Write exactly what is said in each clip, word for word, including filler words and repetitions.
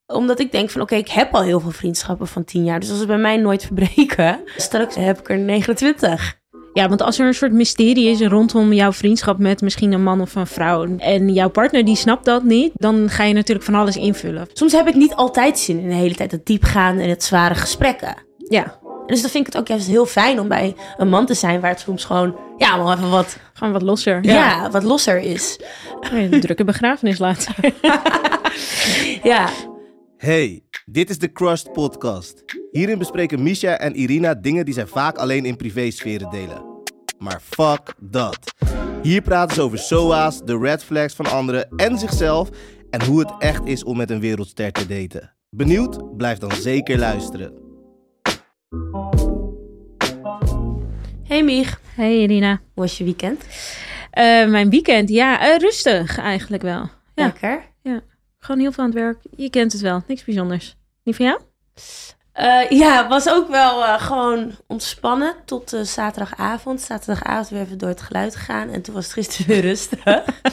Omdat ik denk van, oké, okay, ik heb al heel veel vriendschappen van tien jaar. Dus als het bij mij nooit verbreken, straks heb ik er negenentwintig. Ja, want als er een soort mysterie is rondom jouw vriendschap met misschien een man of een vrouw en jouw partner die snapt dat niet, dan ga je natuurlijk van alles invullen. Soms heb ik niet altijd zin in de hele tijd het diepgaan en het zware gesprekken. Ja. Dus dan vind ik het ook juist heel fijn om bij een man te zijn waar het soms gewoon, ja, wel even wat... Gewoon wat losser. Ja, ja wat losser is. Een drukke begrafenis later. Ja. Hey, dit is de Crushed Podcast. Hierin bespreken Misha en Irina dingen die zij vaak alleen in privésferen delen. Maar fuck dat. Hier praten ze over S O A's, de red flags van anderen en zichzelf en hoe het echt is om met een wereldster te daten. Benieuwd? Blijf dan zeker luisteren. Hey Mich. Hey Irina. Hoe was je weekend? Uh, mijn weekend? Ja, uh, rustig eigenlijk wel. Ja. Lekker. Ja, gewoon heel veel aan het werk. Je kent het wel, niks bijzonders. Niet van jou? Uh, ja, was ook wel uh, gewoon ontspannen tot uh, zaterdagavond. Zaterdagavond weer even door het geluid gegaan en toen was het gisteren weer rustig.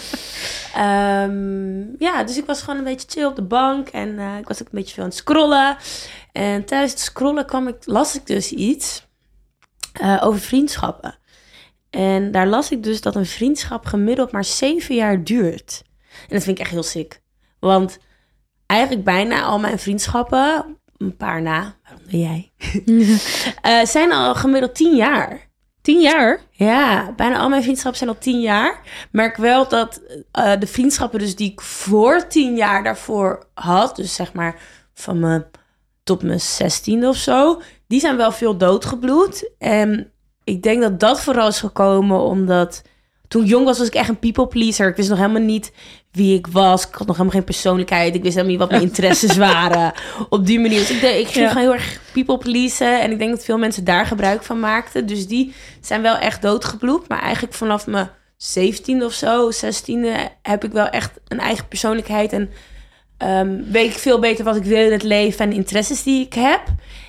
um, ja, dus ik was gewoon een beetje chill op de bank en uh, ik was ook een beetje veel aan het scrollen. En tijdens het scrollen kwam ik, las ik dus iets uh, over vriendschappen. En daar las ik dus dat een vriendschap gemiddeld maar zeven jaar duurt. En dat vind ik echt heel sick. Want eigenlijk bijna al mijn vriendschappen, een paar na, waaronder jij, uh, zijn al gemiddeld tien jaar. Tien jaar? Ja, bijna al mijn vriendschappen zijn al tien jaar. Merk wel dat uh, de vriendschappen dus die ik voor tien jaar daarvoor had, dus zeg maar van mijn tot mijn zestiende of zo, die zijn wel veel doodgebloed. En ik denk dat dat vooral is gekomen omdat toen ik jong was, was ik echt een people pleaser. Ik wist nog helemaal niet wie ik was. Ik had nog helemaal geen persoonlijkheid. Ik wist helemaal niet wat mijn interesses waren. Op die manier. Dus ik, ik ging ja. gewoon heel erg people pleasen. En ik denk dat veel mensen daar gebruik van maakten. Dus die zijn wel echt doodgebloed. Maar eigenlijk vanaf mijn zeventiende of zo, zestiende, heb ik wel echt een eigen persoonlijkheid. En um, weet ik veel beter wat ik wil in het leven en interesses die ik heb.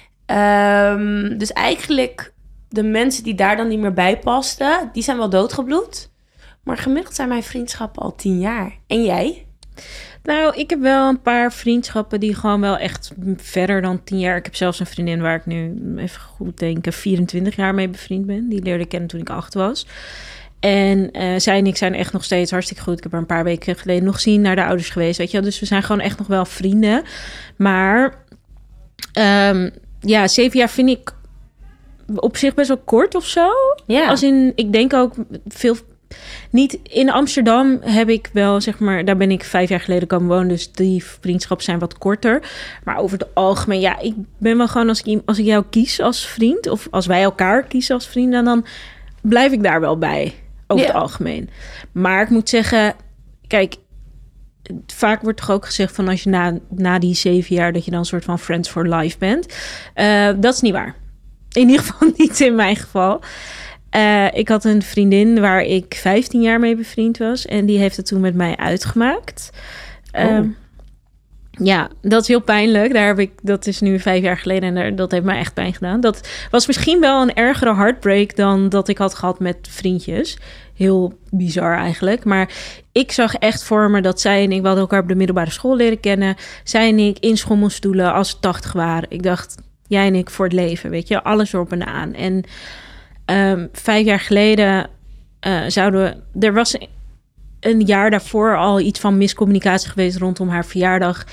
Um, dus eigenlijk de mensen die daar dan niet meer bij pasten, die zijn wel doodgebloed. Maar gemiddeld zijn mijn vriendschappen al tien jaar. En jij? Nou, ik heb wel een paar vriendschappen die gewoon wel echt verder dan tien jaar. Ik heb zelfs een vriendin waar ik nu, even goed denken, vierentwintig jaar mee bevriend ben. Die leerde ik kennen toen ik acht was. En uh, zij en ik zijn echt nog steeds hartstikke goed. Ik heb haar een paar weken geleden nog gezien, naar de ouders geweest, weet je wel. Dus we zijn gewoon echt nog wel vrienden. Maar um, ja, zeven jaar vind ik op zich best wel kort of zo. Ja. Als in, ik denk ook veel. Niet in Amsterdam heb ik wel, zeg maar, daar ben ik vijf jaar geleden komen wonen, dus die vriendschappen zijn wat korter. Maar over het algemeen, ja, ik ben wel gewoon, als ik, als ik jou kies als vriend, of als wij elkaar kiezen als vrienden, dan blijf ik daar wel bij, over ja. het algemeen. Maar ik moet zeggen, kijk, vaak wordt toch ook gezegd van als je na, na die zeven jaar, dat je dan een soort van friends for life bent. Uh, dat is niet waar. In ieder geval niet in mijn geval. Uh, ik had een vriendin waar ik vijftien jaar mee bevriend was. En die heeft het toen met mij uitgemaakt. Oh. Uh, ja, dat is heel pijnlijk. Daar heb ik, dat is nu vijf jaar geleden en daar, dat heeft mij echt pijn gedaan. Dat was misschien wel een ergere heartbreak dan dat ik had gehad met vriendjes. Heel bizar eigenlijk. Maar ik zag echt voor me dat zij en ik, we hadden elkaar op de middelbare school leren kennen. Zij en ik in schommelstoelen als we tachtig waren. Ik dacht, jij en ik voor het leven, weet je, alles erop en aan. En Um, vijf jaar geleden uh, zouden we... Er was een jaar daarvoor al iets van miscommunicatie geweest rondom haar verjaardag.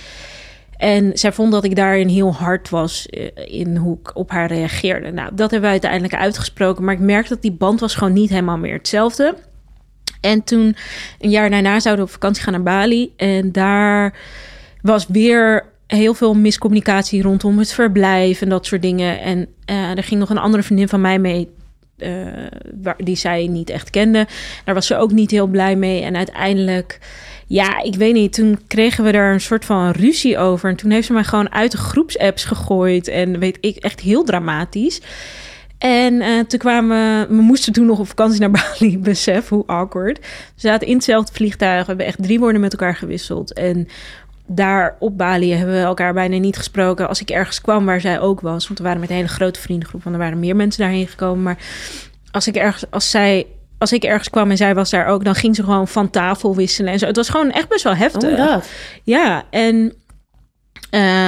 En zij vond dat ik daarin heel hard was uh, in hoe ik op haar reageerde. Nou, dat hebben we uiteindelijk uitgesproken. Maar ik merkte dat die band was gewoon niet helemaal meer hetzelfde. En toen, een jaar daarna, zouden we op vakantie gaan naar Bali. En daar was weer heel veel miscommunicatie rondom het verblijf en dat soort dingen. En uh, er ging nog een andere vriendin van mij mee, Uh, waar, die zij niet echt kende. Daar was ze ook niet heel blij mee. En uiteindelijk, ja, ik weet niet, toen kregen we daar een soort van ruzie over. En toen heeft ze mij gewoon uit de groepsapps gegooid. En weet ik, echt heel dramatisch. En uh, toen kwamen we, we moesten toen nog op vakantie naar Bali, besef hoe awkward. We zaten in hetzelfde vliegtuig, we hebben echt drie woorden met elkaar gewisseld. En daar op Bali hebben we elkaar bijna niet gesproken. Als ik ergens kwam waar zij ook was, want we waren met een hele grote vriendengroep, want er waren meer mensen daarheen gekomen. Maar als ik ergens, als zij, als ik ergens kwam en zij was daar ook, dan ging ze gewoon van tafel wisselen en zo. Het was gewoon echt best wel heftig. Oh, dat. Ja, en uh,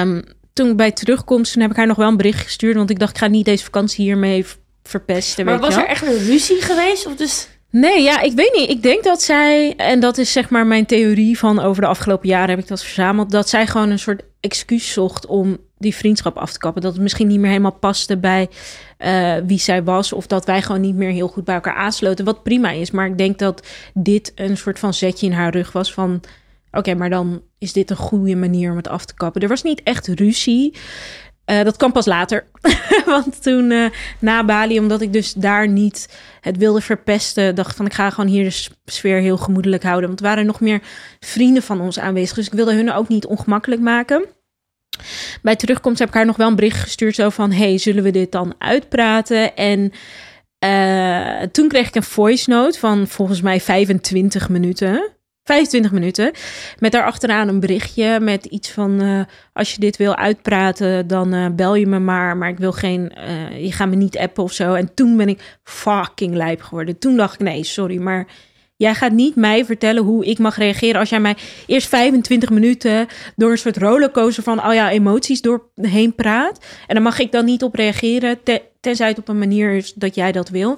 um, toen bij terugkomst, toen heb ik haar nog wel een bericht gestuurd. Want ik dacht, ik ga niet deze vakantie hiermee verpesten. Maar weet was je er echt een ruzie geweest? Of dus... Nee, ja, ik weet niet. Ik denk dat zij, en dat is zeg maar mijn theorie van over de afgelopen jaren heb ik dat verzameld, dat zij gewoon een soort excuus zocht om die vriendschap af te kappen. Dat het misschien niet meer helemaal paste bij uh, wie zij was, of dat wij gewoon niet meer heel goed bij elkaar aansloten, wat prima is. Maar ik denk dat dit een soort van zetje in haar rug was van, oké, okay, maar dan is dit een goede manier om het af te kappen. Er was niet echt ruzie. Uh, dat kwam pas later. Want toen uh, na Bali, omdat ik dus daar niet het wilde verpesten, dacht van ik ga gewoon hier de sfeer heel gemoedelijk houden. Want er waren nog meer vrienden van ons aanwezig. Dus ik wilde hun ook niet ongemakkelijk maken. Bij terugkomst heb ik haar nog wel een bericht gestuurd zo van, hey, zullen we dit dan uitpraten? En uh, toen kreeg ik een voice note van volgens mij vijfentwintig minuten. vijfentwintig minuten. Met daarachteraan een berichtje met iets van, uh, als je dit wil uitpraten, dan uh, bel je me maar. Maar ik wil geen, uh, je gaat me niet appen of zo. En toen ben ik fucking lijp geworden. Toen dacht ik, nee, sorry, maar jij gaat niet mij vertellen hoe ik mag reageren als jij mij eerst vijfentwintig minuten door een soort rollercoaster van al jouw emoties doorheen praat. En dan mag ik dan niet op reageren, te, tenzij het op een manier is dat jij dat wil.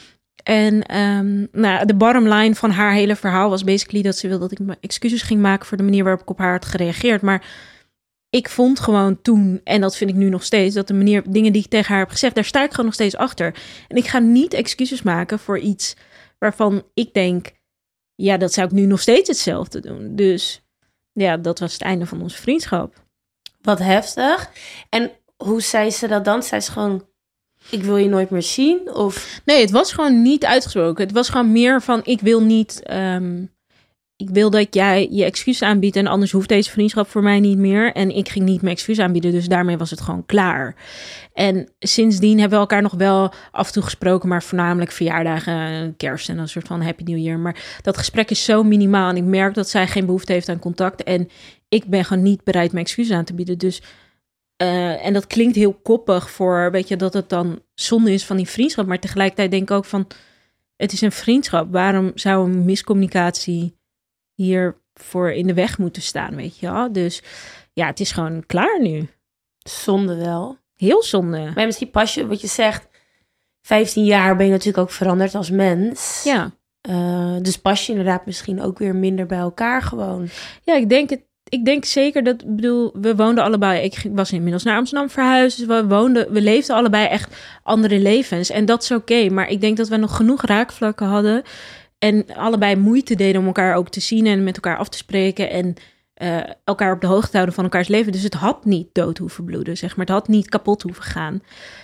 En um, nou, de bottom line van haar hele verhaal was basically dat ze wilde dat ik me excuses ging maken voor de manier waarop ik op haar had gereageerd. Maar ik vond gewoon toen, en dat vind ik nu nog steeds, dat de manier, dingen die ik tegen haar heb gezegd, daar sta ik gewoon nog steeds achter. En ik ga niet excuses maken voor iets waarvan ik denk, ja, dat zou ik nu nog steeds hetzelfde doen. Dus ja, dat was het einde van onze vriendschap. Wat heftig. En hoe zei ze dat dan? Zei ze gewoon, ik wil je nooit meer zien? Of... Nee, het was gewoon niet uitgesproken. Het was gewoon meer van, ik wil niet... Um, ik wil dat jij je excuus aanbiedt en anders hoeft deze vriendschap voor mij niet meer. En ik ging niet mijn excuus aanbieden, dus daarmee was het gewoon klaar. En sindsdien hebben we elkaar nog wel af en toe gesproken, maar voornamelijk verjaardagen, kerst en een soort van Happy New Year. Maar dat gesprek is zo minimaal en ik merk dat zij geen behoefte heeft aan contact. En ik ben gewoon niet bereid mijn excuus aan te bieden, dus... Uh, en dat klinkt heel koppig voor, weet je, dat het dan zonde is van die vriendschap. Maar tegelijkertijd denk ik ook van, het is een vriendschap. Waarom zou een miscommunicatie hiervoor in de weg moeten staan, weet je wel? Dus ja, het is gewoon klaar nu. Zonde wel. Heel zonde. Maar misschien pas je, wat je zegt, vijftien jaar ben je natuurlijk ook veranderd als mens. Ja. Uh, dus pas je inderdaad misschien ook weer minder bij elkaar gewoon. Ja, ik denk het. Ik denk zeker dat, ik bedoel, we woonden allebei. Ik was inmiddels naar Amsterdam verhuisd. Dus we woonden, we leefden allebei echt andere levens. En dat is oké. Okay, maar ik denk dat we nog genoeg raakvlakken hadden. En allebei moeite deden om elkaar ook te zien en met elkaar af te spreken. En uh, elkaar op de hoogte houden van elkaars leven. Dus het had niet dood hoeven bloeden, zeg maar. Het had niet kapot hoeven gaan.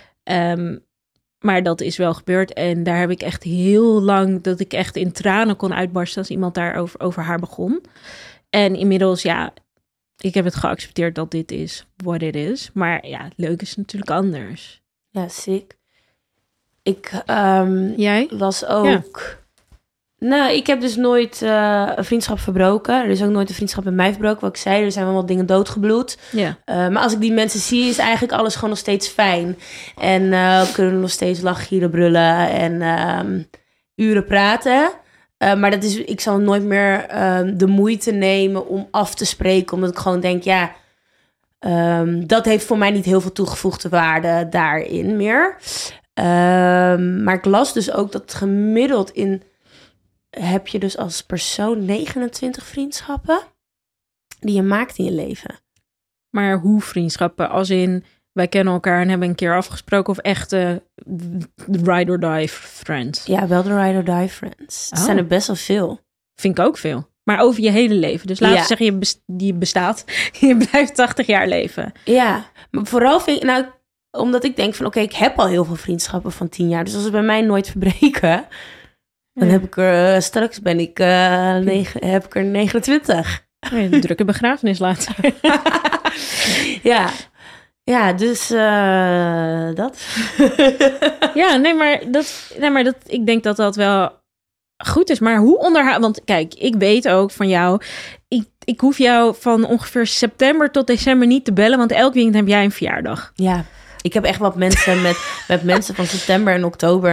Um, maar dat is wel gebeurd. En daar heb ik echt heel lang, dat ik echt in tranen kon uitbarsten als iemand daarover over haar begon. En inmiddels, ja, ik heb het geaccepteerd dat dit is what it is. Maar ja, leuk is natuurlijk anders. Ja, sick. Ik um, Jij? was ook... Ja. Nou, ik heb dus nooit uh, een vriendschap verbroken. Er is ook nooit een vriendschap met mij verbroken. Wat ik zei, er zijn wel wat dingen doodgebloed. Ja. Uh, maar als ik die mensen zie, is eigenlijk alles gewoon nog steeds fijn. En uh, kunnen we nog steeds lachen, gieren, brullen en uh, uren praten. Uh, maar dat is, ik zal nooit meer uh, de moeite nemen om af te spreken. Omdat ik gewoon denk, ja, um, dat heeft voor mij niet heel veel toegevoegde waarde daarin meer. Um, maar ik las dus ook dat gemiddeld in... heb je dus als persoon negenentwintig vriendschappen die je maakt in je leven. Maar hoe vriendschappen? Als in, wij kennen elkaar en hebben een keer afgesproken of echte ride or die friends? Ja, wel de ride or die friends. Er oh. zijn er best wel veel. Vind ik ook veel. Maar over je hele leven. Dus laten we ja. zeggen, je, best, je bestaat. Je blijft tachtig jaar leven. Ja, maar vooral vind ik... Nou, omdat ik denk van, oké, okay, ik heb al heel veel vriendschappen van tien jaar. Dus als het bij mij nooit verbreken... Dan heb ik er, uh, straks ben ik, uh, negen, heb ik er negenentwintig. Een drukke begrafenis later. ja. ja, dus uh, dat. ja, nee, maar dat, nee, maar dat, ik denk dat dat wel goed is. Maar hoe onderhoud... Want kijk, ik weet ook van jou... Ik, ik hoef jou van ongeveer september tot december niet te bellen... want elk weekend heb jij een verjaardag. Ja, ik heb echt wat mensen met, met mensen van september en oktober... en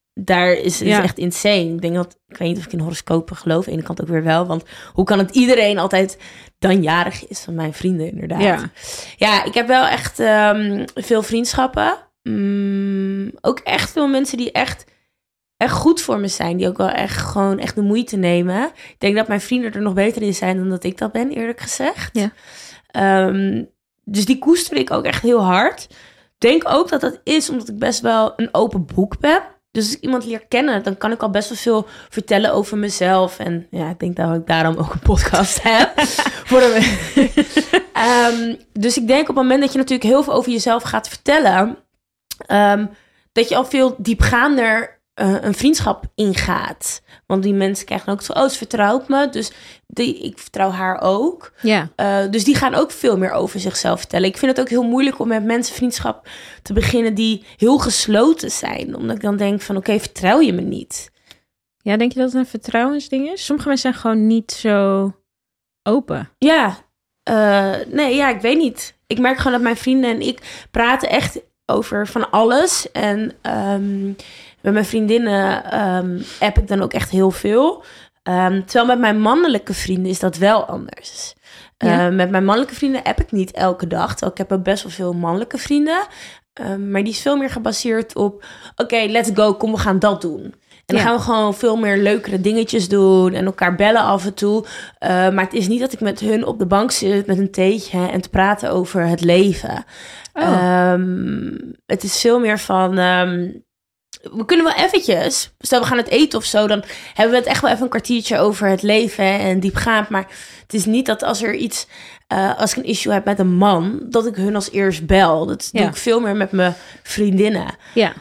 daar is, is Ja. echt insane. Ik denk dat, ik weet niet of ik in horoscopen geloof. Aan de ene kant ook weer wel. Want hoe kan het iedereen altijd dan jarig is van mijn vrienden inderdaad. Ja. Ja, ik heb wel echt um, veel vriendschappen. Mm, ook echt veel mensen die echt, echt goed voor me zijn. Die ook wel echt gewoon echt de moeite nemen. Ik denk dat mijn vrienden er nog beter in zijn dan dat ik dat ben, eerlijk gezegd. Ja. Um, dus die koester ik ook echt heel hard. Ik denk ook dat dat is omdat ik best wel een open boek ben. Dus als ik iemand leer kennen, dan kan ik al best wel veel vertellen over mezelf. En ja, ik denk dat ik daarom ook een podcast heb. Voor de... um, dus ik denk op het moment dat je natuurlijk heel veel over jezelf gaat vertellen... Um, dat je al veel diepgaander uh, een vriendschap ingaat. Want die mensen krijgen ook zo, oh, ze vertrouwt me. Dus die, ik vertrouw haar ook. Ja. Uh, dus die gaan ook veel meer over zichzelf vertellen. Ik vind het ook heel moeilijk om met mensen vriendschap te beginnen die heel gesloten zijn. Omdat ik dan denk van, oké, okay, vertrouw je me niet? Ja, denk je dat het een vertrouwensding is? Sommige mensen zijn gewoon niet zo open. Ja, uh, nee, ja, ik weet niet. Ik merk gewoon dat mijn vrienden en ik praten echt over van alles. En um, met mijn vriendinnen um, app ik dan ook echt heel veel. Um, terwijl met mijn mannelijke vrienden is dat wel anders. Ja. Uh, met mijn mannelijke vrienden app ik niet elke dag. Terwijl ik heb ook best wel veel mannelijke vrienden. Um, maar die is veel meer gebaseerd op... Oké, okay, let's go, kom, we gaan dat doen. En dan ja. gaan we gewoon veel meer leukere dingetjes doen. En elkaar bellen af en toe. Uh, maar het is niet dat ik met hun op de bank zit met een theetje en te praten over het leven. Oh. Um, het is veel meer van... Um, we kunnen wel eventjes... Stel, we gaan het eten of zo... dan hebben we het echt wel even een kwartiertje over het leven... en diepgaand. Maar het is niet dat als er iets... Uh, als ik een issue heb met een man... dat ik hun als eerst bel. Dat ja. doe ik veel meer met mijn vriendinnen. Ja.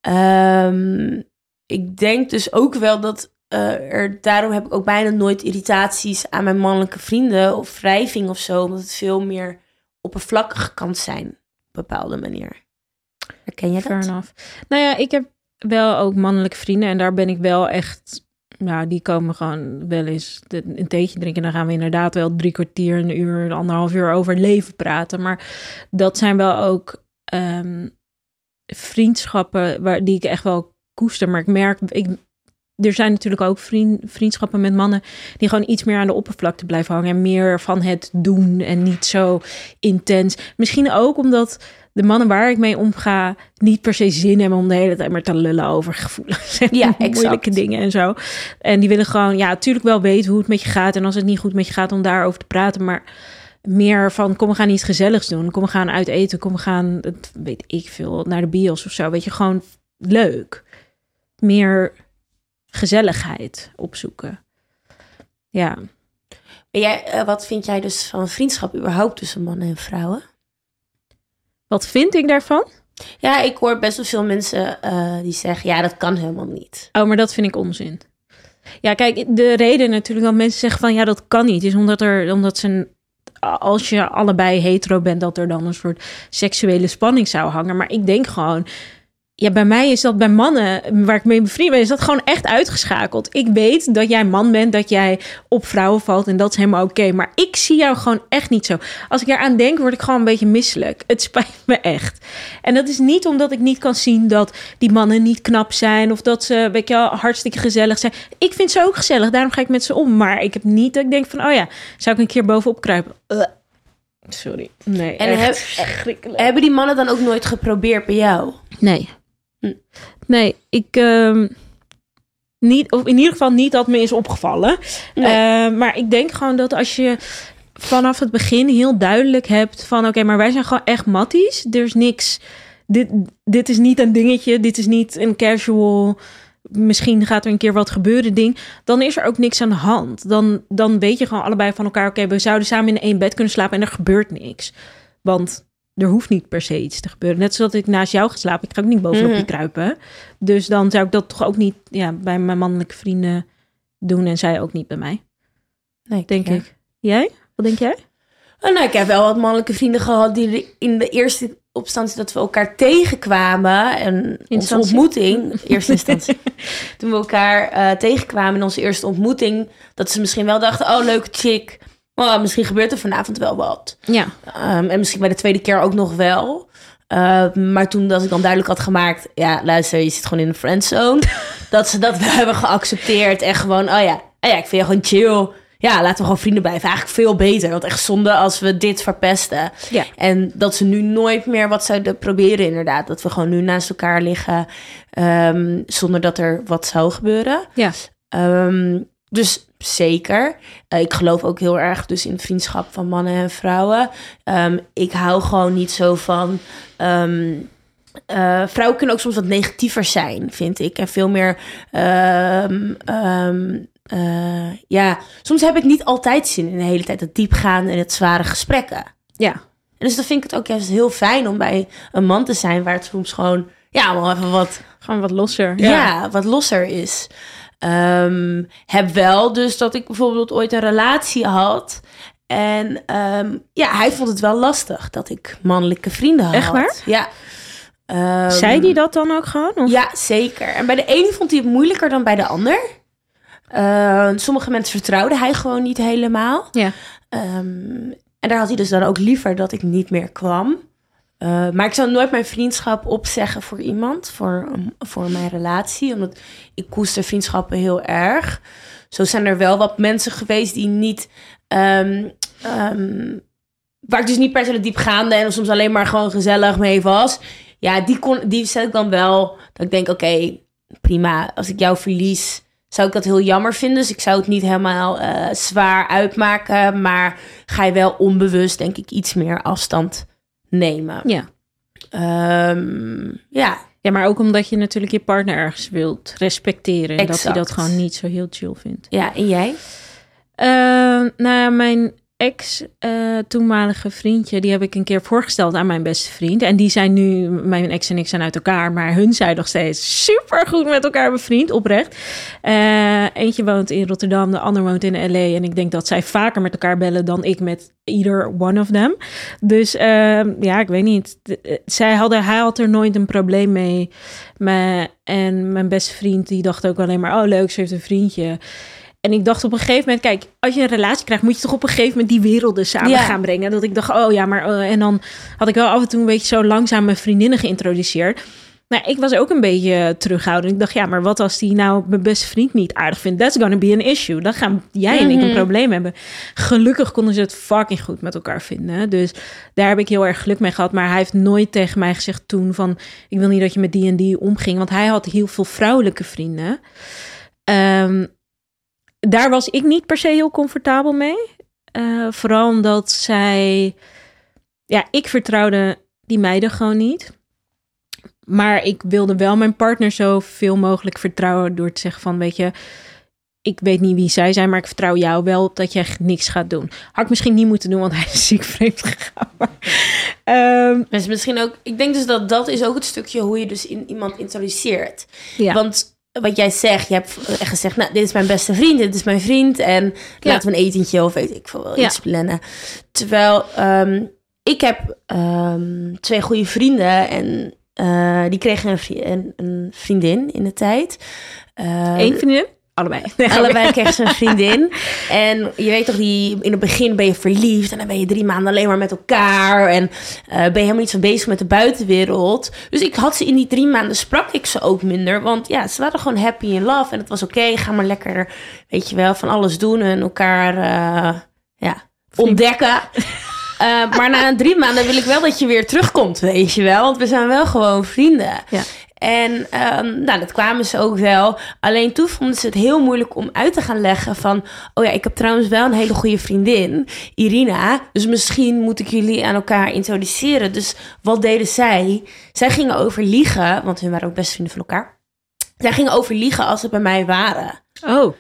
Um, ik denk dus ook wel dat... Uh, er, daarom heb ik ook bijna nooit irritaties... aan mijn mannelijke vrienden... of wrijving of zo... omdat het veel meer oppervlakkig kan zijn... op een bepaalde manier. Herken je Fair dat? Enough. Nou ja, ik heb wel ook mannelijke vrienden... en daar ben ik wel echt... Nou, die komen gewoon wel eens een theetje drinken... en dan gaan we inderdaad wel drie kwartier, een uur... anderhalf uur over leven praten. Maar dat zijn wel ook um, vriendschappen... Waar, die ik echt wel koester. Maar ik merk... Ik, er zijn natuurlijk ook vriend, vriendschappen met mannen... die gewoon iets meer aan de oppervlakte blijven hangen... en meer van het doen en niet zo intens. Misschien ook omdat... de mannen waar ik mee omga niet per se zin hebben om de hele tijd maar te lullen over gevoelens en ja, moeilijke dingen en zo. En die willen gewoon, ja, natuurlijk wel weten hoe het met je gaat. En als het niet goed met je gaat, om daarover te praten. Maar meer van, kom, we gaan iets gezelligs doen. Kom, we gaan uit eten. Kom, we gaan, het, weet ik veel, naar de bios of zo. Weet je, gewoon leuk. Meer gezelligheid opzoeken. Ja. Ben jij, uh, wat vind jij dus van vriendschap überhaupt tussen mannen en vrouwen? Wat vind ik daarvan? Ja, ik hoor best wel veel mensen uh, die zeggen... ja, dat kan helemaal niet. Oh, maar dat vind ik onzin. Ja, kijk, de reden natuurlijk dat mensen zeggen van... ja, dat kan niet, is omdat er omdat ze... als je allebei hetero bent... dat er dan een soort seksuele spanning zou hangen. Maar ik denk gewoon... ja, bij mij is dat bij mannen waar ik mee bevriend ben... is dat gewoon echt uitgeschakeld. Ik weet dat jij man bent, dat jij op vrouwen valt... en dat is helemaal oké. Okay. Maar ik zie jou gewoon echt niet zo. Als ik eraan denk, word ik gewoon een beetje misselijk. Het spijt me echt. En dat is niet omdat ik niet kan zien dat die mannen niet knap zijn... of dat ze, weet je wel, hartstikke gezellig zijn. Ik vind ze ook gezellig, daarom ga ik met ze om. Maar ik heb niet dat ik denk van... oh ja, zou ik een keer bovenop kruipen? Uh. Sorry. Nee, en heb, hebben die mannen dan ook nooit geprobeerd bij jou? Nee. Nee, ik... Uh, niet, of in ieder geval niet dat me is opgevallen. Nee. Uh, maar ik denk gewoon dat als je vanaf het begin heel duidelijk hebt... van oké, okay, maar wij zijn gewoon echt matties. Er is niks... Dit, dit is niet een dingetje. Dit is niet een casual... misschien gaat er een keer wat gebeuren ding. Dan is er ook niks aan de hand. Dan, dan weet je gewoon allebei van elkaar... oké, okay, we zouden samen in één bed kunnen slapen... en er gebeurt niks. Want... er hoeft niet per se iets te gebeuren. Net zoals ik naast jou ga slapen. Ik ga ook niet bovenop mm. je kruipen. Dus dan zou ik dat toch ook niet ja, bij mijn mannelijke vrienden doen. En zij ook niet bij mij. Nee, denk ja. ik. Jij? Wat denk jij? Oh, nou, ik heb wel wat mannelijke vrienden gehad... die in de eerste opstantie dat we elkaar tegenkwamen... en onze ontmoeting... Eerste instantie. Toen we elkaar uh, tegenkwamen in onze eerste ontmoeting... dat ze misschien wel dachten... oh, leuke chick... well, misschien gebeurt er vanavond wel wat. Ja. Um, en misschien bij de tweede keer ook nog wel. Uh, maar toen dat ik dan duidelijk had gemaakt... ja, luister, je zit gewoon in een friendzone. dat ze dat wel hebben geaccepteerd. En gewoon, oh ja, oh ja, ik vind je gewoon chill. Ja, laten we gewoon vrienden blijven. Eigenlijk veel beter. Want echt zonde als we dit verpesten. Ja. En dat ze nu nooit meer wat zouden proberen inderdaad. Dat we gewoon nu naast elkaar liggen... Um, zonder dat er wat zou gebeuren. Ja. Um, dus zeker. Uh, ik geloof ook heel erg dus in vriendschap van mannen en vrouwen. Um, ik hou gewoon niet zo van... Um, uh, vrouwen kunnen ook soms wat negatiever zijn, vind ik. En veel meer... Um, um, uh, ja, soms heb ik niet altijd zin in de hele tijd het diepgaan en het zware gesprekken. Ja. En dus dan vind ik het ook juist heel fijn om bij een man te zijn... waar het soms gewoon... ja, wel even wat... Gewoon wat losser. Ja, ja wat losser is. Um, heb wel dus dat ik bijvoorbeeld ooit een relatie had. En um, ja, hij vond het wel lastig dat ik mannelijke vrienden had. Echt waar? Ja. Um, Zei die dat dan ook gewoon? Of? Ja, zeker. En bij de ene vond hij het moeilijker dan bij de ander. Uh, sommige mensen vertrouwde hij gewoon niet helemaal. Ja. Um, en daar had hij dus dan ook liever dat ik niet meer kwam. Uh, maar ik zou nooit mijn vriendschap opzeggen voor iemand, voor, um, voor mijn relatie. Omdat ik koester vriendschappen heel erg. Zo zijn er wel wat mensen geweest die niet... Um, um, waar ik dus niet per se de diepgaande en soms alleen maar gewoon gezellig mee was. Ja, die, kon, die zet ik dan wel... Dat ik denk, oké, okay, prima. Als ik jou verlies, zou ik dat heel jammer vinden. Dus ik zou het niet helemaal uh, zwaar uitmaken. Maar ga je wel onbewust, denk ik, iets meer afstand nemen. Ja. Um, ja. Ja, maar ook omdat je natuurlijk je partner ergens wilt respecteren. En dat hij dat gewoon niet zo heel chill vindt. Ja, en jij? Uh, nou ja, mijn ex, uh, toenmalige vriendje, die heb ik een keer voorgesteld aan mijn beste vriend. En die zijn nu, mijn ex en ik zijn uit elkaar, maar hun zijn nog steeds super goed met elkaar bevriend, oprecht. Uh, eentje woont in Rotterdam, de ander woont in L A. En ik denk dat zij vaker met elkaar bellen dan ik met either one of them. Dus uh, ja, ik weet niet. De, zij hadden, hij had er nooit een probleem mee. Maar, en mijn beste vriend, die dacht ook alleen maar, oh leuk, ze heeft een vriendje. En ik dacht op een gegeven moment, kijk, als je een relatie krijgt, moet je toch op een gegeven moment die werelden samen ja. gaan brengen. Dat ik dacht, oh ja, maar... Uh, en dan had ik wel af en toe een beetje zo langzaam mijn vriendinnen geïntroduceerd. Nou, ik was ook een beetje terughoudend. Ik dacht, ja, maar wat als die nou mijn beste vriend niet aardig vindt? That's gonna be an issue. Dan gaan jij en ik een probleem hebben. Gelukkig konden ze het fucking goed met elkaar vinden. Dus daar heb ik heel erg geluk mee gehad. Maar hij heeft nooit tegen mij gezegd toen van... ik wil niet dat je met die en die omging. Want hij had heel veel vrouwelijke vrienden. Um, Daar was ik niet per se heel comfortabel mee. Uh, vooral omdat zij... Ja, ik vertrouwde die meiden gewoon niet. Maar ik wilde wel mijn partner zoveel mogelijk vertrouwen... door te zeggen van, weet je... ik weet niet wie zij zijn, maar ik vertrouw jou wel... dat jij niks gaat doen. Had ik misschien niet moeten doen, want hij is ziek vreemd gegaan. Maar, um, dus misschien ook... Ik denk dus dat dat is ook het stukje... hoe je dus in iemand introduceert. Ja. Want... wat jij zegt, je hebt echt gezegd... nou, dit is mijn beste vriend, dit is mijn vriend... en ja. laten we een etentje of weet ik veel wel ja. iets plannen. Terwijl um, ik heb um, twee goede vrienden... en uh, die kregen een, vri- een, een vriendin in de tijd. Uh, Eén vriendin? Allebei. Nee, allebei kregen ze een vriendin. En je weet toch, die, in het begin ben je verliefd... en dan ben je drie maanden alleen maar met elkaar... en uh, ben je helemaal niet zo bezig met de buitenwereld. Dus ik had ze in die drie maanden... sprak ik ze ook minder. Want ja, ze waren gewoon happy in love. En het was oké, okay, ga maar lekker... weet je wel, van alles doen... en elkaar uh, ja, ontdekken... Uh, maar na drie maanden wil ik wel dat je weer terugkomt, weet je wel. Want we zijn wel gewoon vrienden. Ja. En um, nou, dat kwamen ze ook wel. Alleen toen vonden ze het heel moeilijk om uit te gaan leggen van... oh ja, ik heb trouwens wel een hele goede vriendin, Irina. Dus misschien moet ik jullie aan elkaar introduceren. Dus wat deden zij? Zij gingen overliegen, want hun waren ook best vrienden van elkaar. Zij gingen overliegen als ze bij mij waren. Oh.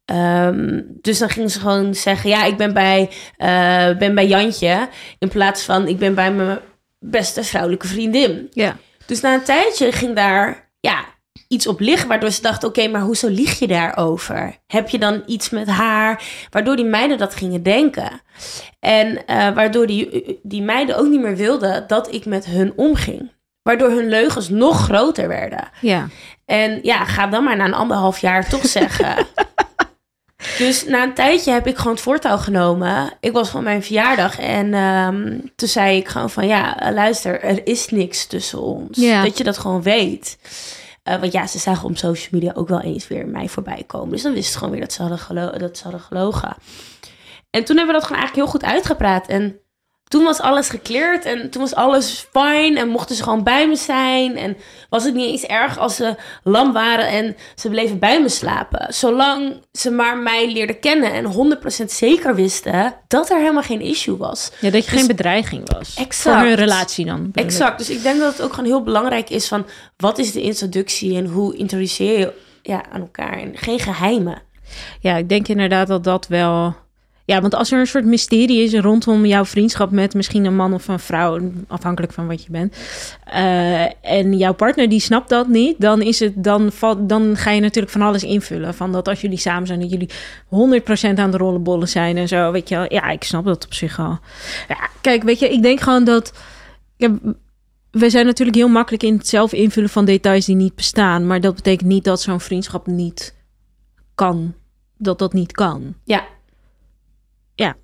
Um, dus dan gingen ze gewoon zeggen... ja, ik ben bij, uh, ben bij Jantje... in plaats van ik ben bij mijn beste vrouwelijke vriendin. Ja. Dus na een tijdje ging daar ja, iets op liggen... waardoor ze dachten, oké, okay, maar hoezo lieg je daarover? Heb je dan iets met haar? Waardoor die meiden dat gingen denken. En uh, waardoor die, die meiden ook niet meer wilden... dat ik met hun omging. Waardoor hun leugens nog groter werden. Ja. En ja, ga dan maar na een anderhalf jaar toch zeggen... Dus na een tijdje heb ik gewoon het voortouw genomen. Ik was van mijn verjaardag en um, toen zei ik gewoon van... ja, luister, er is niks tussen ons. Ja. Dat je dat gewoon weet. Uh, want ja, ze zagen op social media ook wel eens weer mij voorbij komen. Dus dan wist het gewoon weer dat ze hadden, gelo- dat ze hadden gelogen. En toen hebben we dat gewoon eigenlijk heel goed uitgepraat. En toen was alles gekleerd en toen was alles fijn en mochten ze gewoon bij me zijn. En was het niet eens erg als ze lam waren en ze bleven bij me slapen. Zolang ze maar mij leerden kennen en honderd procent zeker wisten dat er helemaal geen issue was. Ja, dat je dus, geen bedreiging was. Exact. Voor hun relatie dan. Exact. Dus ik denk dat het ook gewoon heel belangrijk is van wat is de introductie en hoe introduceer je ja, aan elkaar. En geen geheimen. Ja, ik denk inderdaad dat dat wel... Ja, want als er een soort mysterie is rondom jouw vriendschap met misschien een man of een vrouw, afhankelijk van wat je bent, uh, en jouw partner die snapt dat niet, dan is het dan valt, dan ga je natuurlijk van alles invullen. Van dat als jullie samen zijn, dat jullie honderd procent aan de rollenbollen zijn en zo, weet je wel. Ja, ik snap dat op zich al. Ja, kijk, weet je, ik denk gewoon dat ja, we zijn natuurlijk heel makkelijk in het zelf invullen van details die niet bestaan, maar dat betekent niet dat zo'n vriendschap niet kan, dat dat niet kan. Ja. Ja.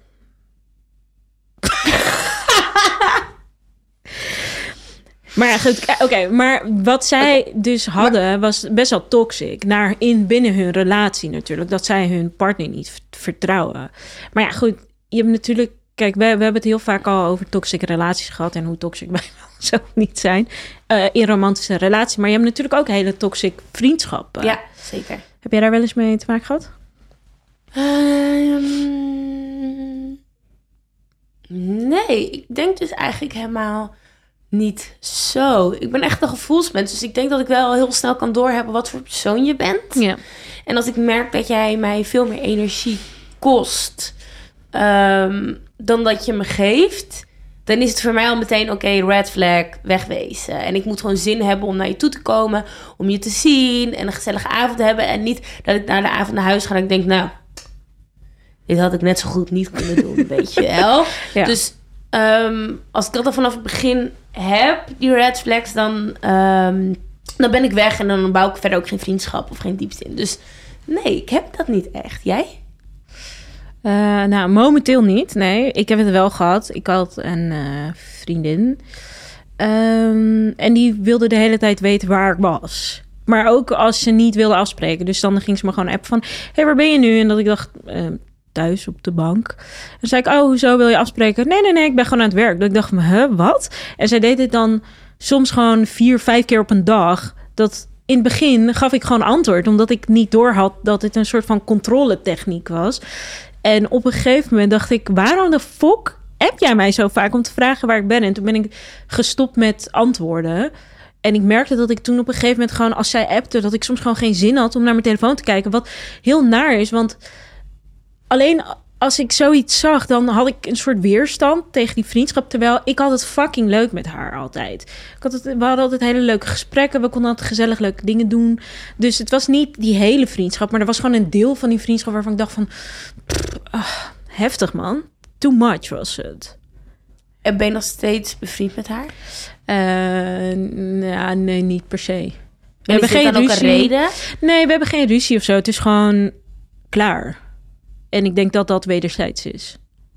Maar ja, goed. Oké, okay, maar wat zij okay. dus hadden maar, was best wel toxic. Naar in binnen hun relatie natuurlijk. Dat zij hun partner niet vertrouwen. Maar ja, goed. Je hebt natuurlijk... Kijk, we, we hebben het heel vaak al over toxische relaties gehad. En hoe toxic wij wel zo niet zijn. Uh, in romantische relaties. Maar je hebt natuurlijk ook hele toxic vriendschappen. Ja, zeker. Heb jij daar wel eens mee te maken gehad? Um, nee, ik denk dus eigenlijk helemaal niet zo. Ik ben echt een gevoelsmens, dus ik denk dat ik wel heel snel kan doorhebben wat voor persoon je bent. Ja. En als ik merk dat jij mij veel meer energie kost um, dan dat je me geeft, dan is het voor mij al meteen oké, okay, red flag, wegwezen. En ik moet gewoon zin hebben om naar je toe te komen, om je te zien en een gezellige avond te hebben. En niet dat ik na de avond naar huis ga en ik denk, nou, dit had ik net zo goed niet kunnen doen, weet je wel. Ja. Dus um, als ik dat al vanaf het begin heb, die red flags, dan, um, dan ben ik weg en dan bouw ik verder ook geen vriendschap of geen diepte in. Dus nee, ik heb dat niet echt. Jij? Uh, nou, momenteel niet. Nee, ik heb het wel gehad. Ik had een uh, vriendin. Um, en die wilde de hele tijd weten waar ik was. Maar ook als ze niet wilde afspreken. Dus dan ging ze me gewoon appen van... Hé, hey, waar ben je nu? En dat ik dacht... Uh, thuis op de bank. En zei ik, oh, hoezo wil je afspreken? Nee, nee, nee, ik ben gewoon aan het werk. Dat ik dacht, huh, wat? En zij deed dit dan soms gewoon vier, vijf keer op een dag. Dat in het begin gaf ik gewoon antwoord, omdat ik niet doorhad dat het een soort van controletechniek was. En op een gegeven moment dacht ik, waarom de fuck app jij mij zo vaak om te vragen waar ik ben? En toen ben ik gestopt met antwoorden. En ik merkte dat ik toen op een gegeven moment gewoon, als zij appte, dat ik soms gewoon geen zin had om naar mijn telefoon te kijken. Wat heel naar is, want alleen als ik zoiets zag, dan had ik een soort weerstand tegen die vriendschap. Terwijl ik had het fucking leuk met haar altijd. Ik had het, we hadden altijd hele leuke gesprekken. We konden altijd gezellig leuke dingen doen. Dus het was niet die hele vriendschap. Maar er was gewoon een deel van die vriendschap waarvan ik dacht van... Pff, uh, heftig, man. Too much was het. En ben je nog steeds bevriend met haar? Uh, nou, nee, niet per se. We en hebben geen ruzie. Ook een reden? Nee, we hebben geen ruzie of zo. Het is gewoon klaar. En ik denk dat dat wederzijds is.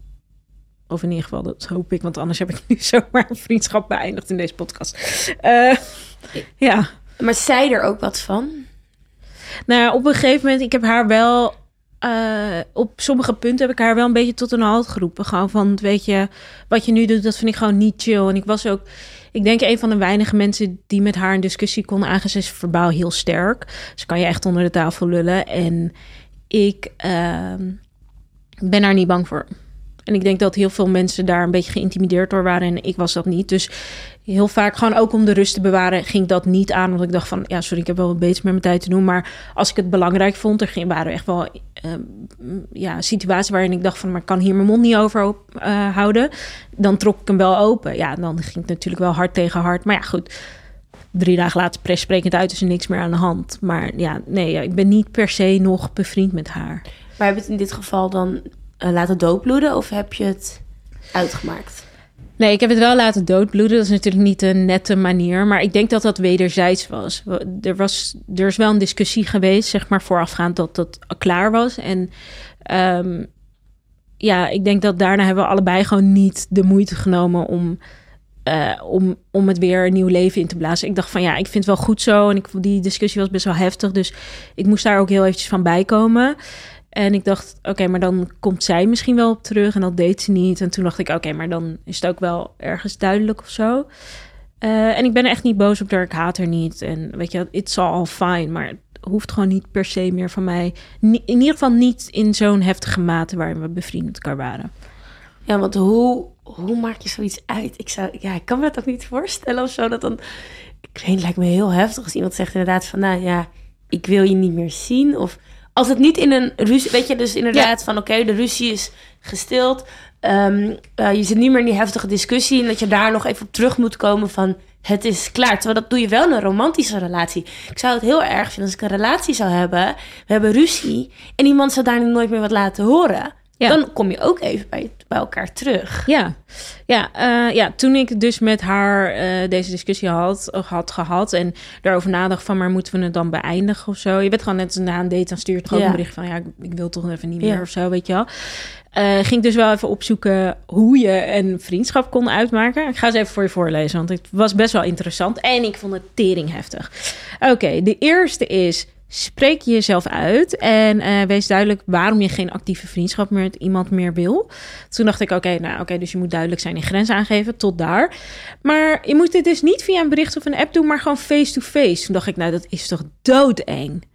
Of in ieder geval, dat hoop ik. Want anders heb ik nu zomaar een vriendschap beëindigd in deze podcast. Uh, ja. Maar zei er ook wat van? Nou, op een gegeven moment, ik heb haar wel... Uh, op sommige punten heb ik haar wel een beetje tot een halt geroepen. Gewoon van, weet je, wat je nu doet, dat vind ik gewoon niet chill. En ik was ook, ik denk een van de weinige mensen die met haar een discussie kon aangaan. Ze is verbaal heel sterk. Ze kan je echt onder de tafel lullen. En ik uh, ben daar niet bang voor. En ik denk dat heel veel mensen daar een beetje geïntimideerd door waren. En ik was dat niet. Dus heel vaak, gewoon ook om de rust te bewaren, ging dat niet aan. Want ik dacht van, ja, sorry, ik heb wel wat beter met mijn tijd te doen. Maar als ik het belangrijk vond, er ging, waren echt wel uh, ja, situaties waarin ik dacht van, maar ik kan hier mijn mond niet over op, uh, houden. Dan trok ik hem wel open. Ja, dan ging het natuurlijk wel hard tegen hard. Maar ja, goed. Drie dagen later pres sprekend uit, is er niks meer aan de hand. Maar ja, nee, ja, ik ben niet per se nog bevriend met haar. Maar heb je het in dit geval dan uh, laten doodbloeden of heb je het uitgemaakt? Nee, ik heb het wel laten doodbloeden. Dat is natuurlijk niet een nette manier. Maar ik denk dat dat wederzijds was. Er, was, er is wel een discussie geweest, zeg maar, voorafgaand dat dat klaar was. En um, ja, ik denk dat daarna hebben we allebei gewoon niet de moeite genomen om, uh, om, om het weer een nieuw leven in te blazen. Ik dacht van ja, ik vind het wel goed zo. En ik, die discussie was best wel heftig. Dus ik moest daar ook heel eventjes van bijkomen. En ik dacht, oké, okay, maar dan komt zij misschien wel op terug. En dat deed ze niet. En toen dacht ik, oké, okay, maar dan is het ook wel ergens duidelijk of zo. Uh, en ik ben er echt niet boos op haar. Ik haat haar niet. En weet je, it's all fine. Maar het hoeft gewoon niet per se meer van mij. In ieder geval niet in zo'n heftige mate waarin we bevriend met elkaar waren. Ja, want hoe, hoe maak je zoiets uit? Ik, zou, ja, ik kan me dat ook niet voorstellen of zo. Dat dan, ik weet, het lijkt me heel heftig als iemand zegt inderdaad van, nou ja, ik wil je niet meer zien. Of als het niet in een ruzie, weet je, dus inderdaad ja. van oké, okay, de ruzie is gestild. Um, uh, je zit niet meer in die heftige discussie en dat je daar nog even op terug moet komen van het is klaar. Terwijl dat doe je wel in een romantische relatie. Ik zou het heel erg vinden als ik een relatie zou hebben. We hebben ruzie en iemand zou daar nooit meer wat laten horen. Ja. Dan kom je ook even bij, bij elkaar terug. Ja, ja, uh, ja, toen ik dus met haar uh, deze discussie had, had gehad en daarover nadacht van, maar moeten we het dan beëindigen of zo? Je weet gewoon net na een date, dan stuurt gewoon ja. een bericht van, ja, ik, ik wil toch even niet meer ja. of zo, weet je wel. Uh, ging dus wel even opzoeken hoe je een vriendschap kon uitmaken. Ik ga eens even voor je voorlezen, want het was best wel interessant en ik vond het tering heftig. Oké, okay, de eerste is: spreek jezelf uit en uh, wees duidelijk waarom je geen actieve vriendschap met iemand meer wil. Toen dacht ik, oké, okay, nou oké, okay, dus je moet duidelijk zijn in grenzen aangeven, tot daar. Maar je moet dit dus niet via een bericht of een app doen, maar gewoon face-to-face. Toen dacht ik, nou, dat is toch doodeng.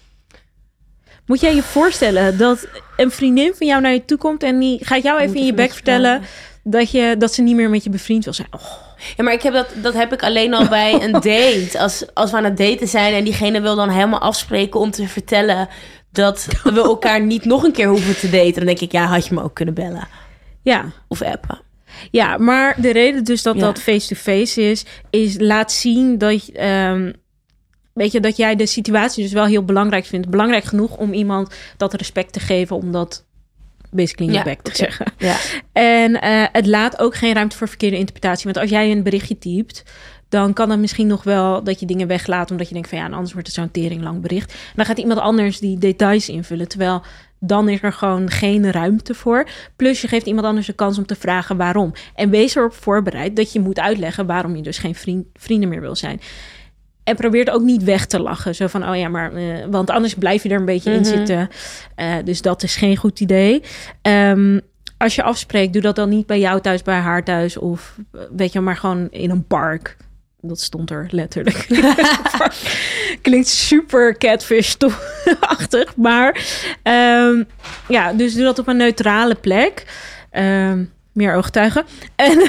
Moet jij je voorstellen dat een vriendin van jou naar je toe komt en die gaat jou even in je bek vertellen dat, je, dat ze niet meer met je bevriend wil zijn? Oh. Ja, maar ik heb dat, dat heb ik alleen al bij een date. Als, als we aan het daten zijn en diegene wil dan helemaal afspreken om te vertellen dat we elkaar niet nog een keer hoeven te daten. Dan denk ik, ja, had je me ook kunnen bellen. Ja. Of appen. Ja, maar de reden dus dat ja. dat face-to-face is, is laat zien dat, um, weet je, dat jij de situatie dus wel heel belangrijk vindt. Belangrijk genoeg om iemand dat respect te geven, om dat basically in je ja, bek te okay. zeggen. Ja. En uh, het laat ook geen ruimte voor verkeerde interpretatie. Want als jij een berichtje typt, dan kan het misschien nog wel dat je dingen weglaat, omdat je denkt van ja, anders wordt het zo'n tering lang bericht. En dan gaat iemand anders die details invullen, terwijl dan is er gewoon geen ruimte voor. Plus je geeft iemand anders de kans om te vragen waarom. En wees erop voorbereid dat je moet uitleggen waarom je dus geen vriend, vrienden meer wil zijn. En probeer ook niet weg te lachen. Zo van, oh ja, maar... Uh, want anders blijf je er een beetje mm-hmm. in zitten. Uh, dus dat is geen goed idee. Um, als je afspreekt, doe dat dan niet bij jou thuis, bij haar thuis. Of weet je, maar gewoon in een park. Dat stond er letterlijk. Klinkt super catfish-achtig. Maar um, ja, dus doe dat op een neutrale plek. Um, meer ooggetuigen. En...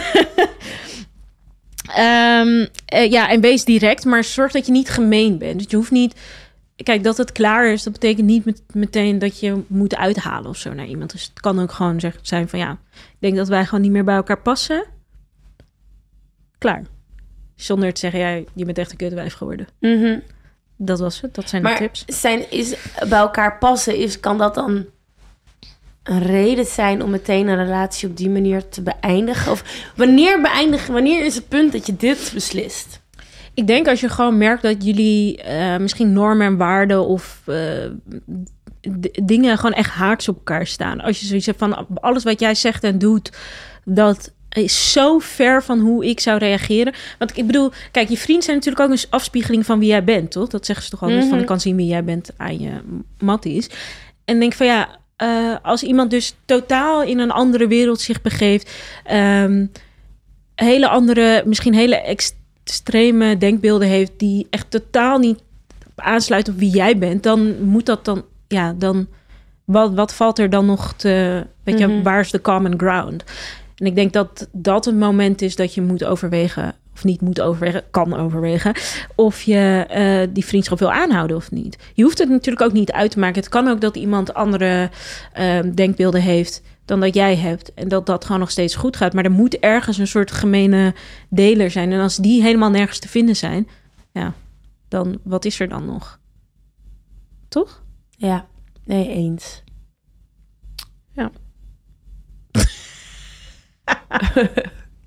Um, uh, ja, en wees direct, maar zorg dat je niet gemeen bent. Dus je hoeft niet... Kijk, dat het klaar is, dat betekent niet met, meteen dat je moet uithalen of zo naar iemand. Dus het kan ook gewoon zeg, zijn van ja, ik denk dat wij gewoon niet meer bij elkaar passen. Klaar. Zonder te zeggen, ja, je bent echt een kutwijf geworden. Mm-hmm. Dat was het, dat zijn maar de tips. Zijn, is bij elkaar passen, is, kan dat dan een reden zijn om meteen een relatie op die manier te beëindigen? Of wanneer beëindigen, wanneer is het punt dat je dit beslist? Ik denk als je gewoon merkt dat jullie uh, misschien normen en waarden of uh, d- dingen gewoon echt haaks op elkaar staan. Als je zoiets hebt van alles wat jij zegt en doet, dat is zo ver van hoe ik zou reageren. Want ik bedoel, kijk, je vrienden zijn natuurlijk ook een afspiegeling van wie jij bent, toch? Dat zeggen ze toch altijd mm-hmm. van ik kan zien wie jij bent aan je matties. En denk van ja, uh, als iemand dus totaal in een andere wereld zich begeeft, um, hele andere, misschien hele extreme denkbeelden heeft die echt totaal niet aansluiten op wie jij bent, dan moet dat dan, ja, dan wat, wat valt er dan nog te, weet je, mm-hmm. waar is de common ground? En ik denk dat dat het moment is dat je moet overwegen, of niet moet overwegen, kan overwegen, of je uh, die vriendschap wil aanhouden of niet. Je hoeft het natuurlijk ook niet uit te maken. Het kan ook dat iemand andere uh, denkbeelden heeft dan dat jij hebt. En dat dat gewoon nog steeds goed gaat. Maar er moet ergens een soort gemene deler zijn. En als die helemaal nergens te vinden zijn, ja, dan wat is er dan nog? Toch? Ja, nee, eens. Ja.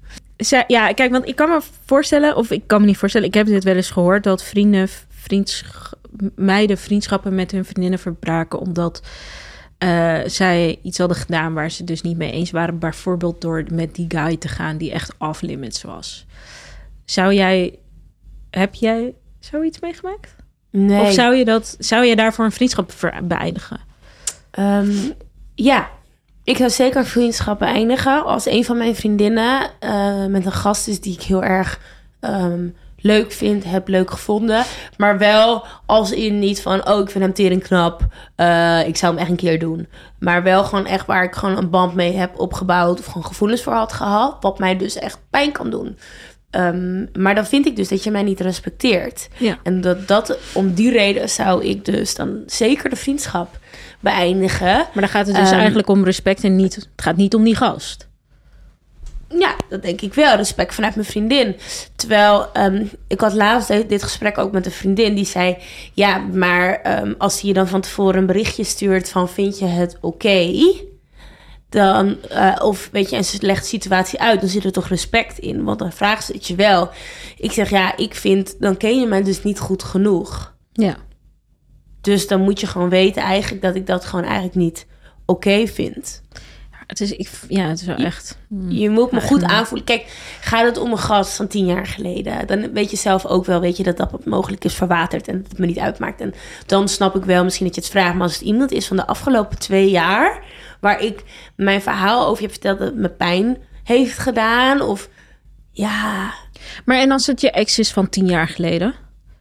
zij, ja, kijk, want ik kan me voorstellen, of ik kan me niet voorstellen, ik heb dit wel eens gehoord, dat vrienden, vriends, meiden vriendschappen met hun vriendinnen verbraken, omdat uh, zij iets hadden gedaan waar ze dus niet mee eens waren, bijvoorbeeld door met die guy te gaan die echt off-limits was. Zou jij, heb jij zoiets meegemaakt? Nee. Of zou je, dat, zou je daarvoor een vriendschap ver- beëindigen? Um, ja, ik zou zeker een vriendschap beëindigen als een van mijn vriendinnen uh, met een gast is die ik heel erg um, leuk vind, heb leuk gevonden. Maar wel als in niet van, oh, ik vind hem tering knap, uh, ik zou hem echt een keer doen. Maar wel gewoon echt waar ik gewoon een band mee heb opgebouwd of gewoon gevoelens voor had gehad, wat mij dus echt pijn kan doen. Um, maar dan vind ik dus dat je mij niet respecteert. Ja. En dat, dat om die reden zou ik dus dan zeker de vriendschap beëindigen. Maar dan gaat het dus um, eigenlijk om respect en niet, het gaat niet om die gast. Ja, dat denk ik wel. Respect vanuit mijn vriendin. Terwijl, um, ik had laatst dit gesprek ook met een vriendin die zei, ja, maar um, als hij je dan van tevoren een berichtje stuurt van, vind je het oké? Okay? Dan, uh, of weet je, en ze legt de situatie uit, dan zit er toch respect in. Want dan vraagt ze het je wel. Ik zeg, ja, ik vind, dan ken je mij dus niet goed genoeg. Ja. Dus dan moet je gewoon weten eigenlijk dat ik dat gewoon eigenlijk niet oké okay vind. Het is, ik, ja, het is wel echt... Je, je moet me goed aanvoelen. Kijk, gaat het om een gast van tien jaar geleden, dan weet je zelf ook wel, weet je, dat dat mogelijk is verwaterd en dat het me niet uitmaakt. En dan snap ik wel misschien dat je het vraagt. Maar als het iemand is van de afgelopen twee jaar, waar ik mijn verhaal over je heb verteld dat het me pijn heeft gedaan, of ja... Maar en als het je ex is van tien jaar geleden?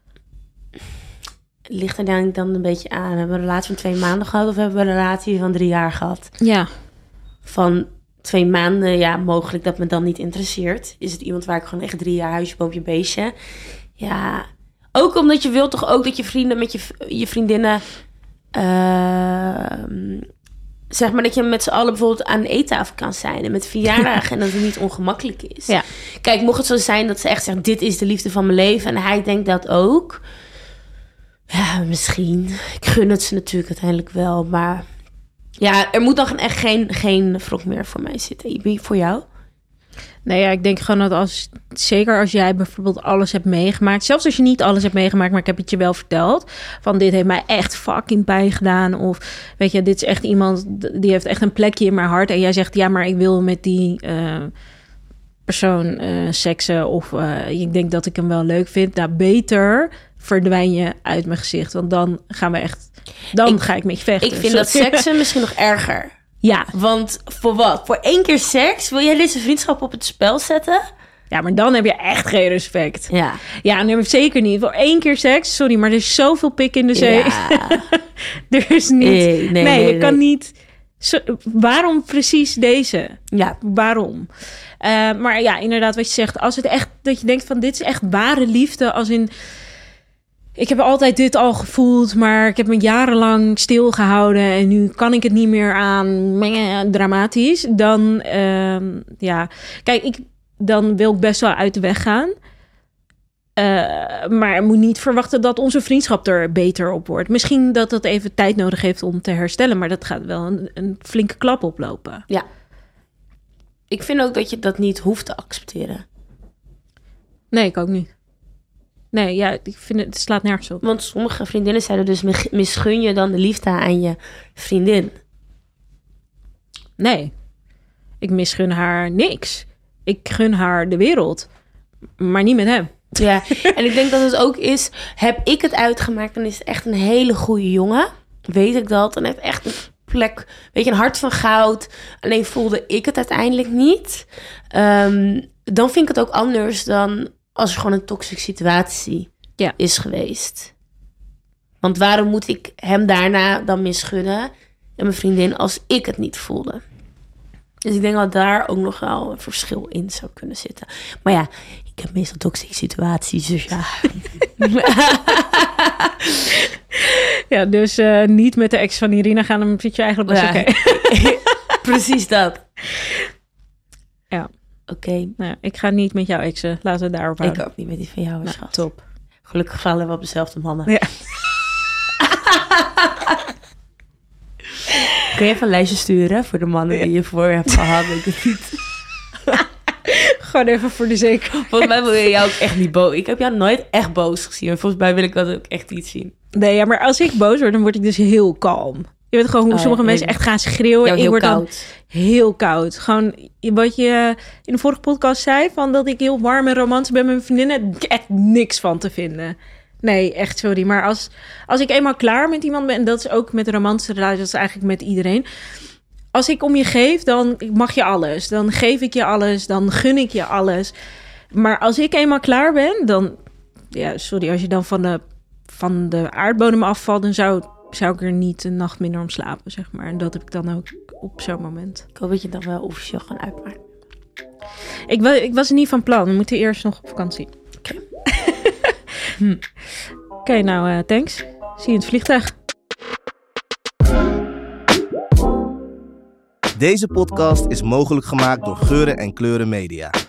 Ligt er dan, dan een beetje aan. Hebben we een relatie van twee maanden gehad of hebben we een relatie van drie jaar gehad? Ja. Van twee maanden, ja, mogelijk dat me dan niet interesseert. Is het iemand waar ik gewoon echt drie jaar huisje, boompje, beestje? Ja, ook omdat je wilt toch ook dat je vrienden met je, je vriendinnen... Uh, zeg maar dat je met z'n allen bijvoorbeeld aan de eettafel kan zijn en met verjaardagen en dat het niet ongemakkelijk is. Ja. Kijk, mocht het zo zijn dat ze echt zegt, dit is de liefde van mijn leven en hij denkt dat ook. Ja, misschien. Ik gun het ze natuurlijk uiteindelijk wel, maar ja, er moet dan echt geen, geen wrok meer voor mij zitten. Voor jou? Nee, ja, ik denk gewoon dat als, zeker als jij bijvoorbeeld alles hebt meegemaakt, zelfs als je niet alles hebt meegemaakt, maar ik heb het je wel verteld, van dit heeft mij echt fucking pijn gedaan, of weet je, dit is echt iemand, die heeft echt een plekje in mijn hart, en jij zegt, ja, maar ik wil met die uh, persoon uh, seksen, of uh, ik denk dat ik hem wel leuk vind, nou, beter verdwijn je uit mijn gezicht, want dan gaan we echt, dan ik, ga ik met je vechten. Ik vind dat seksen misschien nog erger. Ja. Want voor wat? Voor één keer seks? Wil jij deze vriendschap op het spel zetten? Ja, maar dan heb je echt geen respect. Ja. Ja, nee, zeker niet. Voor één keer seks, sorry, maar er is zoveel pik in de zee. Ja. Er is niet... Nee, nee, nee, nee je nee. kan niet... Zo, waarom precies deze? Ja. Waarom? Uh, maar ja, inderdaad, wat je zegt. Als het echt, dat je denkt van, dit is echt ware liefde, als in... Ik heb altijd dit al gevoeld, maar ik heb me jarenlang stilgehouden en nu kan ik het niet meer aan. Meh, dramatisch. Dan, uh, ja, kijk, ik, dan wil ik best wel uit de weg gaan. Uh, maar je moet niet verwachten dat onze vriendschap er beter op wordt. Misschien dat dat even tijd nodig heeft om te herstellen, maar dat gaat wel een, een flinke klap oplopen. Ja. Ik vind ook dat je dat niet hoeft te accepteren. Nee, ik ook niet. Nee, ja, ik vind het, het slaat nergens op. Want sommige vriendinnen zeiden dus, misgun je dan de liefde aan je vriendin? Nee, ik misgun haar niks. Ik gun haar de wereld, maar niet met hem. Ja, en ik denk dat het ook is, heb ik het uitgemaakt, dan is het echt een hele goede jongen. Weet ik dat, dan heeft echt een plek, weet je, een hart van goud. Alleen voelde ik het uiteindelijk niet. Um, dan vind ik het ook anders dan als er gewoon een toxische situatie ja. is geweest. Want waarom moet ik hem daarna dan misgunnen en mijn vriendin als ik het niet voelde? Dus ik denk dat daar ook nog wel een verschil in zou kunnen zitten. Maar ja, ik heb meestal toxische situaties, dus ja. Ja, dus uh, niet met de ex van Irina gaan, dan zit je eigenlijk best ja. oké. Okay. Precies dat. Ja. Oké. Okay. Nou, ik ga niet met jouw exen. Laten we daarop houden. Ik ook niet met die van jou, nou, schat. Top. Gelukkig vallen we op dezelfde mannen. Ja. Kun je even een lijstje sturen voor de mannen die je voor hebt gehad? Ik het niet. Gewoon even voor de zekerheid. Volgens mij wil je jou ook echt niet boos. Ik heb jou nooit echt boos gezien. En volgens mij wil ik dat ook echt niet zien. Nee, ja, maar als ik boos word, dan word ik dus heel kalm. Je weet gewoon hoe Oh, sommige ja, mensen nee. echt gaan schreeuwen. Jou Ik heel word koud. dan heel koud. Gewoon wat je in de vorige podcast zei, van dat ik heel warm en romantisch ben met mijn vriendinnen. Echt niks van te vinden. Nee, echt sorry. Maar als, als ik eenmaal klaar met iemand ben, en dat is ook met een romantische relatie, dat is eigenlijk met iedereen. Als ik om je geef, dan mag je alles. Dan geef ik je alles, dan gun ik je alles. Maar als ik eenmaal klaar ben, dan... Ja, sorry, als je dan van de, van de aardbodem afvalt, dan zou, zou ik er niet een nacht minder om slapen, zeg maar. En dat heb ik dan ook op zo'n moment. Ik hoop dat je dat wel officieel gaan uitmaken. Ik, wa- ik was er niet van plan. We moeten eerst nog op vakantie. Oké. hm. Oké, okay, nou, uh, thanks. Zie je in het vliegtuig. Deze podcast is mogelijk gemaakt door Geuren en Kleuren Media.